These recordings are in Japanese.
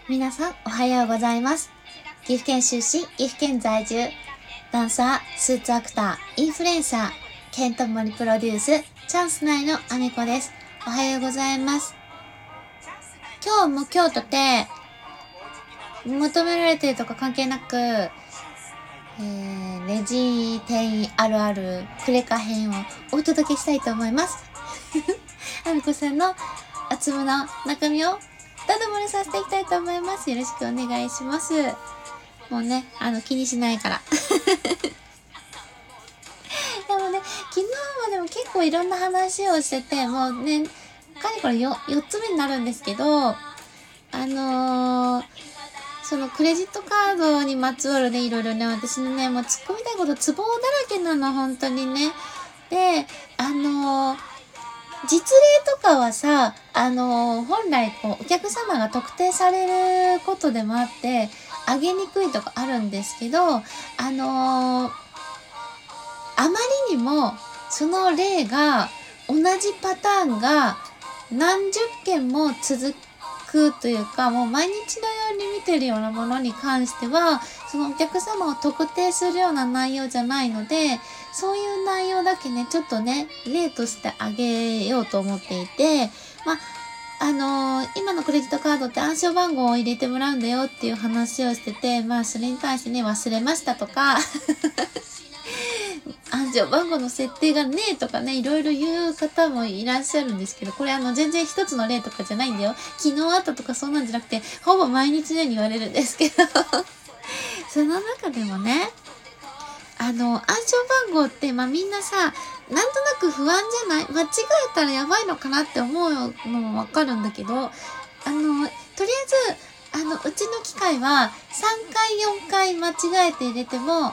皆さんおはようございます。岐阜県出身、岐阜県在住、ダンサー、スーツアクター、インフルエンサー、ケントモリプロデュース、チャンス内のアミコです。おはようございます。今日も今日とて、求められてるとか関係なく、レジ店員あるあるクレカ編をお届けしたいと思います。アミコさんのあつむの中身をただ漏れさせていきたいと思います。よろしくお願いします。もうね、気にしないから。でもね、昨日はでも結構いろんな話をしてて、もうね、かれこれ4つ目になるんですけど、そのクレジットカードにまつわるね、いろいろね、私のね、もう突っ込みたいことツボだらけなの、本当にね。で、実例とかはさ、本来こう、お客様が特定されることでもあって、あげにくいとかあるんですけど、あまりにも、その例が、同じパターンが何十件も続くというか、もう毎日のように見てるようなものに関しては、そのお客様を特定するような内容じゃないので、そういう内容だけね、ちょっとね、例としてあげようと思っていて、今のクレジットカードって暗証番号を入れてもらうんだよっていう話をしてて、それに対してね、忘れましたとか、暗証番号の設定がねえとかね、いろいろ言う方もいらっしゃるんですけど、これ全然一つの例とかじゃないんだよ。昨日あったとかそんなんじゃなくて、ほぼ毎日のように言われるんですけど、その中でもね、暗証番号ってみんなさ、なんとなく不安じゃない？間違えたらやばいのかなって思うのもわかるんだけど、とりあえずうちの機械は3回4回間違えて入れても、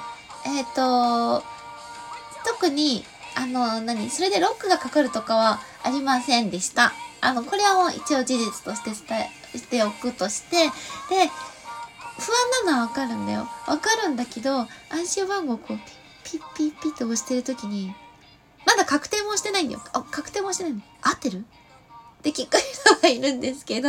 特にそれでロックがかかるとかはありませんでした。これはもう一応事実として伝えておくとして、で、不安なのはわかるんだよ。わかるんだけど、暗証番号をこう、ピッピッピッと押してるときに、まだ確定もしてないんだよ。確定もしてないの。合ってるって聞く人がいるんですけど、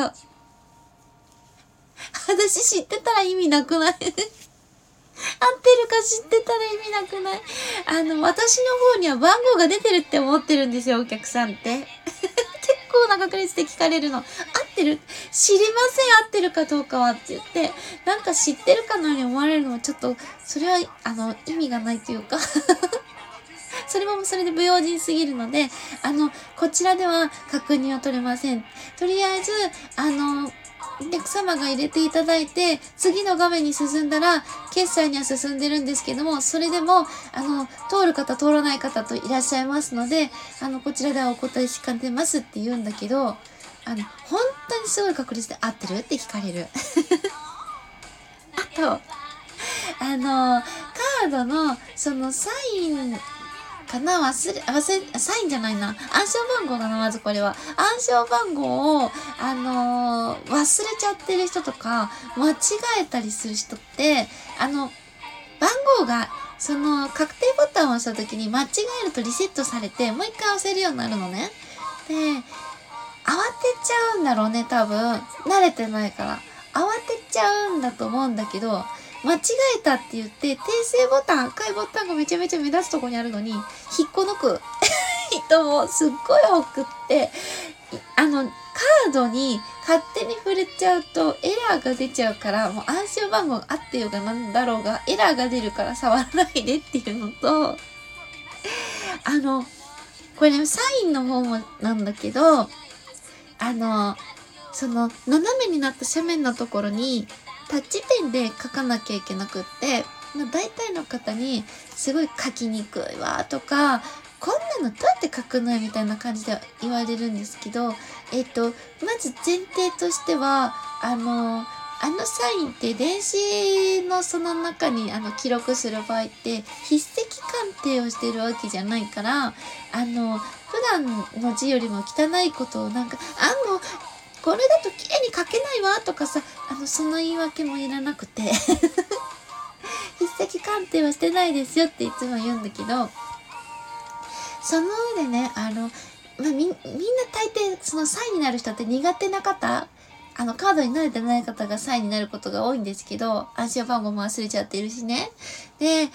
私知ってたら意味なくない？合ってるか知ってたら意味なくない？私の方には番号が出てるって思ってるんですよ、お客さんって。結構な確率で聞かれるの。合ってる？知りません、合ってるかどうかはって言って、なんか知ってるかのように思われるのもちょっと、それは、意味がないというか、それもそれで不用心すぎるので、こちらでは確認は取れません。とりあえず、お客様が入れていただいて、次の画面に進んだら、決済には進んでるんですけども、それでも、通る方、通らない方といらっしゃいますので、こちらではお答えしかねますって言うんだけど、本当にすごい確率で合ってるって聞かれる。あと、カードの、そのサイン、かなサインじゃないな。暗証番号だな、まずこれは。暗証番号を、忘れちゃってる人とか、間違えたりする人って、番号が、確定ボタンを押した時に間違えるとリセットされて、もう一回押せるようになるのね。で、慌てちゃうんだろうね、多分。慣れてないから。慌てちゃうんだと思うんだけど、間違えたって言って、訂正ボタン、赤いボタンがめちゃめちゃ目立つとこにあるのに、引っこ抜く人もすっごい多くって、カードに勝手に触れちゃうとエラーが出ちゃうから、もう暗証番号があってようがなんだろうが、エラーが出るから触らないでっていうのと、これね、サインの方もなんだけど、斜めになった斜面のところに、タッチペンで書かなきゃいけなくって、大体の方にすごい書きにくいわとか、こんなのどうやって書くのみたいな感じで言われるんですけど、まず前提としては、サインって電子のその中に記録する場合って筆跡鑑定をしてるわけじゃないから、普段の字よりも汚いことをこれだと綺麗に書けないわとかさ、その言い訳もいらなくて筆跡鑑定はしてないですよっていつも言うんだけど、その上でね、みんな大抵そのサインになる人って苦手な方カードに慣れてない方がサインになることが多いんですけど、暗証番号も忘れちゃっているしね。で、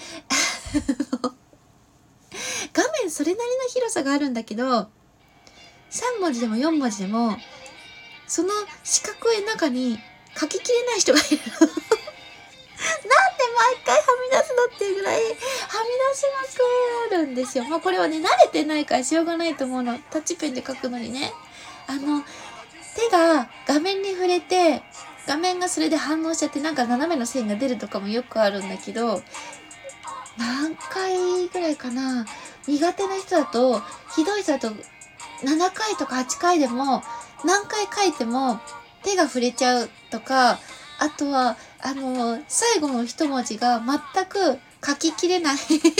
画面それなりの広さがあるんだけど、3文字でも4文字でも、その四角い中に書ききれない人がいる。なんで毎回はみ出すのっていうぐらいはみ出しまくるんですよ。まあこれはね、慣れてないからしょうがないと思うの。タッチペンで書くのにね。手が画面に触れて、画面がそれで反応しちゃってなんか斜めの線が出るとかもよくあるんだけど、何回ぐらいかな。苦手な人だと、ひどい人だと7回とか8回でも何回書いても手が触れちゃうとか、あとは最後の一文字が全く書ききれない真ん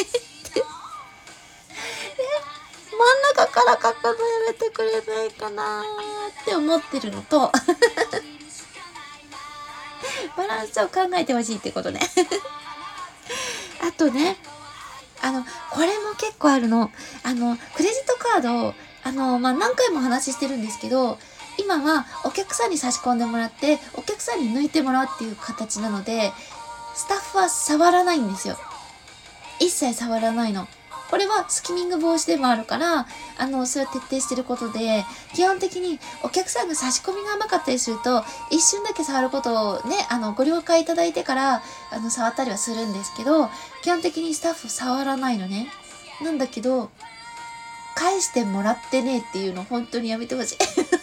中から書くのやめてくれないかなって思ってるのとバランスを考えてほしいってことねあとね、これも結構あるの。クレジットカードを、何回もお話ししてるんですけど、今はお客さんに差し込んでもらって、お客さんに抜いてもらうっていう形なので、スタッフは触らないんですよ。一切触らないの。これはスキミング防止でもあるから、それは徹底してることで、基本的にお客さんが差し込みが甘かったりすると、一瞬だけ触ることをね、ご了解いただいてから、触ったりはするんですけど、基本的にスタッフ触らないのね。なんだけど、返してもらってねっていうの本当にやめてほしい。返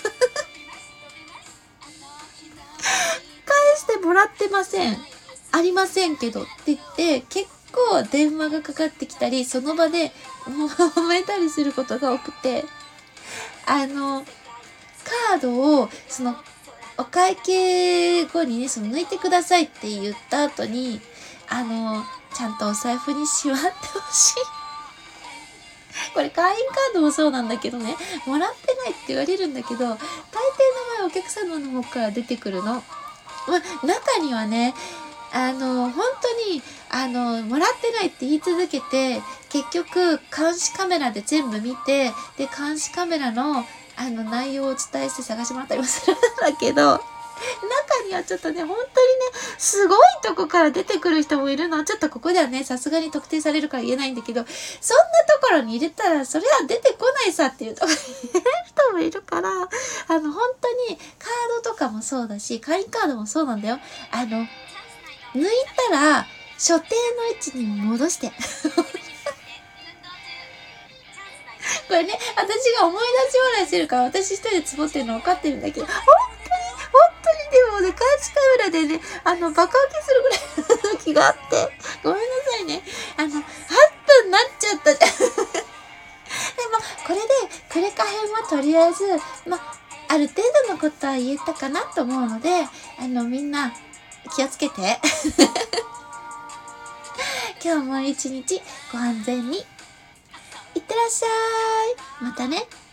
してもらってません。ありませんけどって言って、結構電話がかかってきたり、その場で揉めたりすることが多くて、カードを、お会計後にね、抜いてくださいって言った後に、ちゃんとお財布にしまってほしい。これ会員カードもそうなんだけどね、もらってないって言われるんだけど、大抵の場合お客様の方から出てくるの。中にはね、本当に、もらってないって言い続けて、結局、監視カメラで全部見て、で、監視カメラの、内容をお伝えして探してもらったりもするんだけど、中にはちょっとね、本当にね、すごいとこから出てくる人もいるの。ちょっとここではね、さすがに特定されるから言えないんだけど、そんなところに入れたら、それは出てこないさっていうところに入れる人もいるから、本当にカードとかもそうだし、会員カードもそうなんだよ。抜いたら、所定の位置に戻して。これね、私が思い出し笑いしてるから、私一人でツボってるの分かってるんだけど、本当にでもね、監視カメラでね、爆開けするぐらいの時があって、ごめんなさいね。8分なっちゃったじゃん。でも、これで、クレカ編はとりあえず、ある程度のことは言えたかなと思うので、みんな、気をつけて。今日も一日ご安全にいってらっしゃい。またね。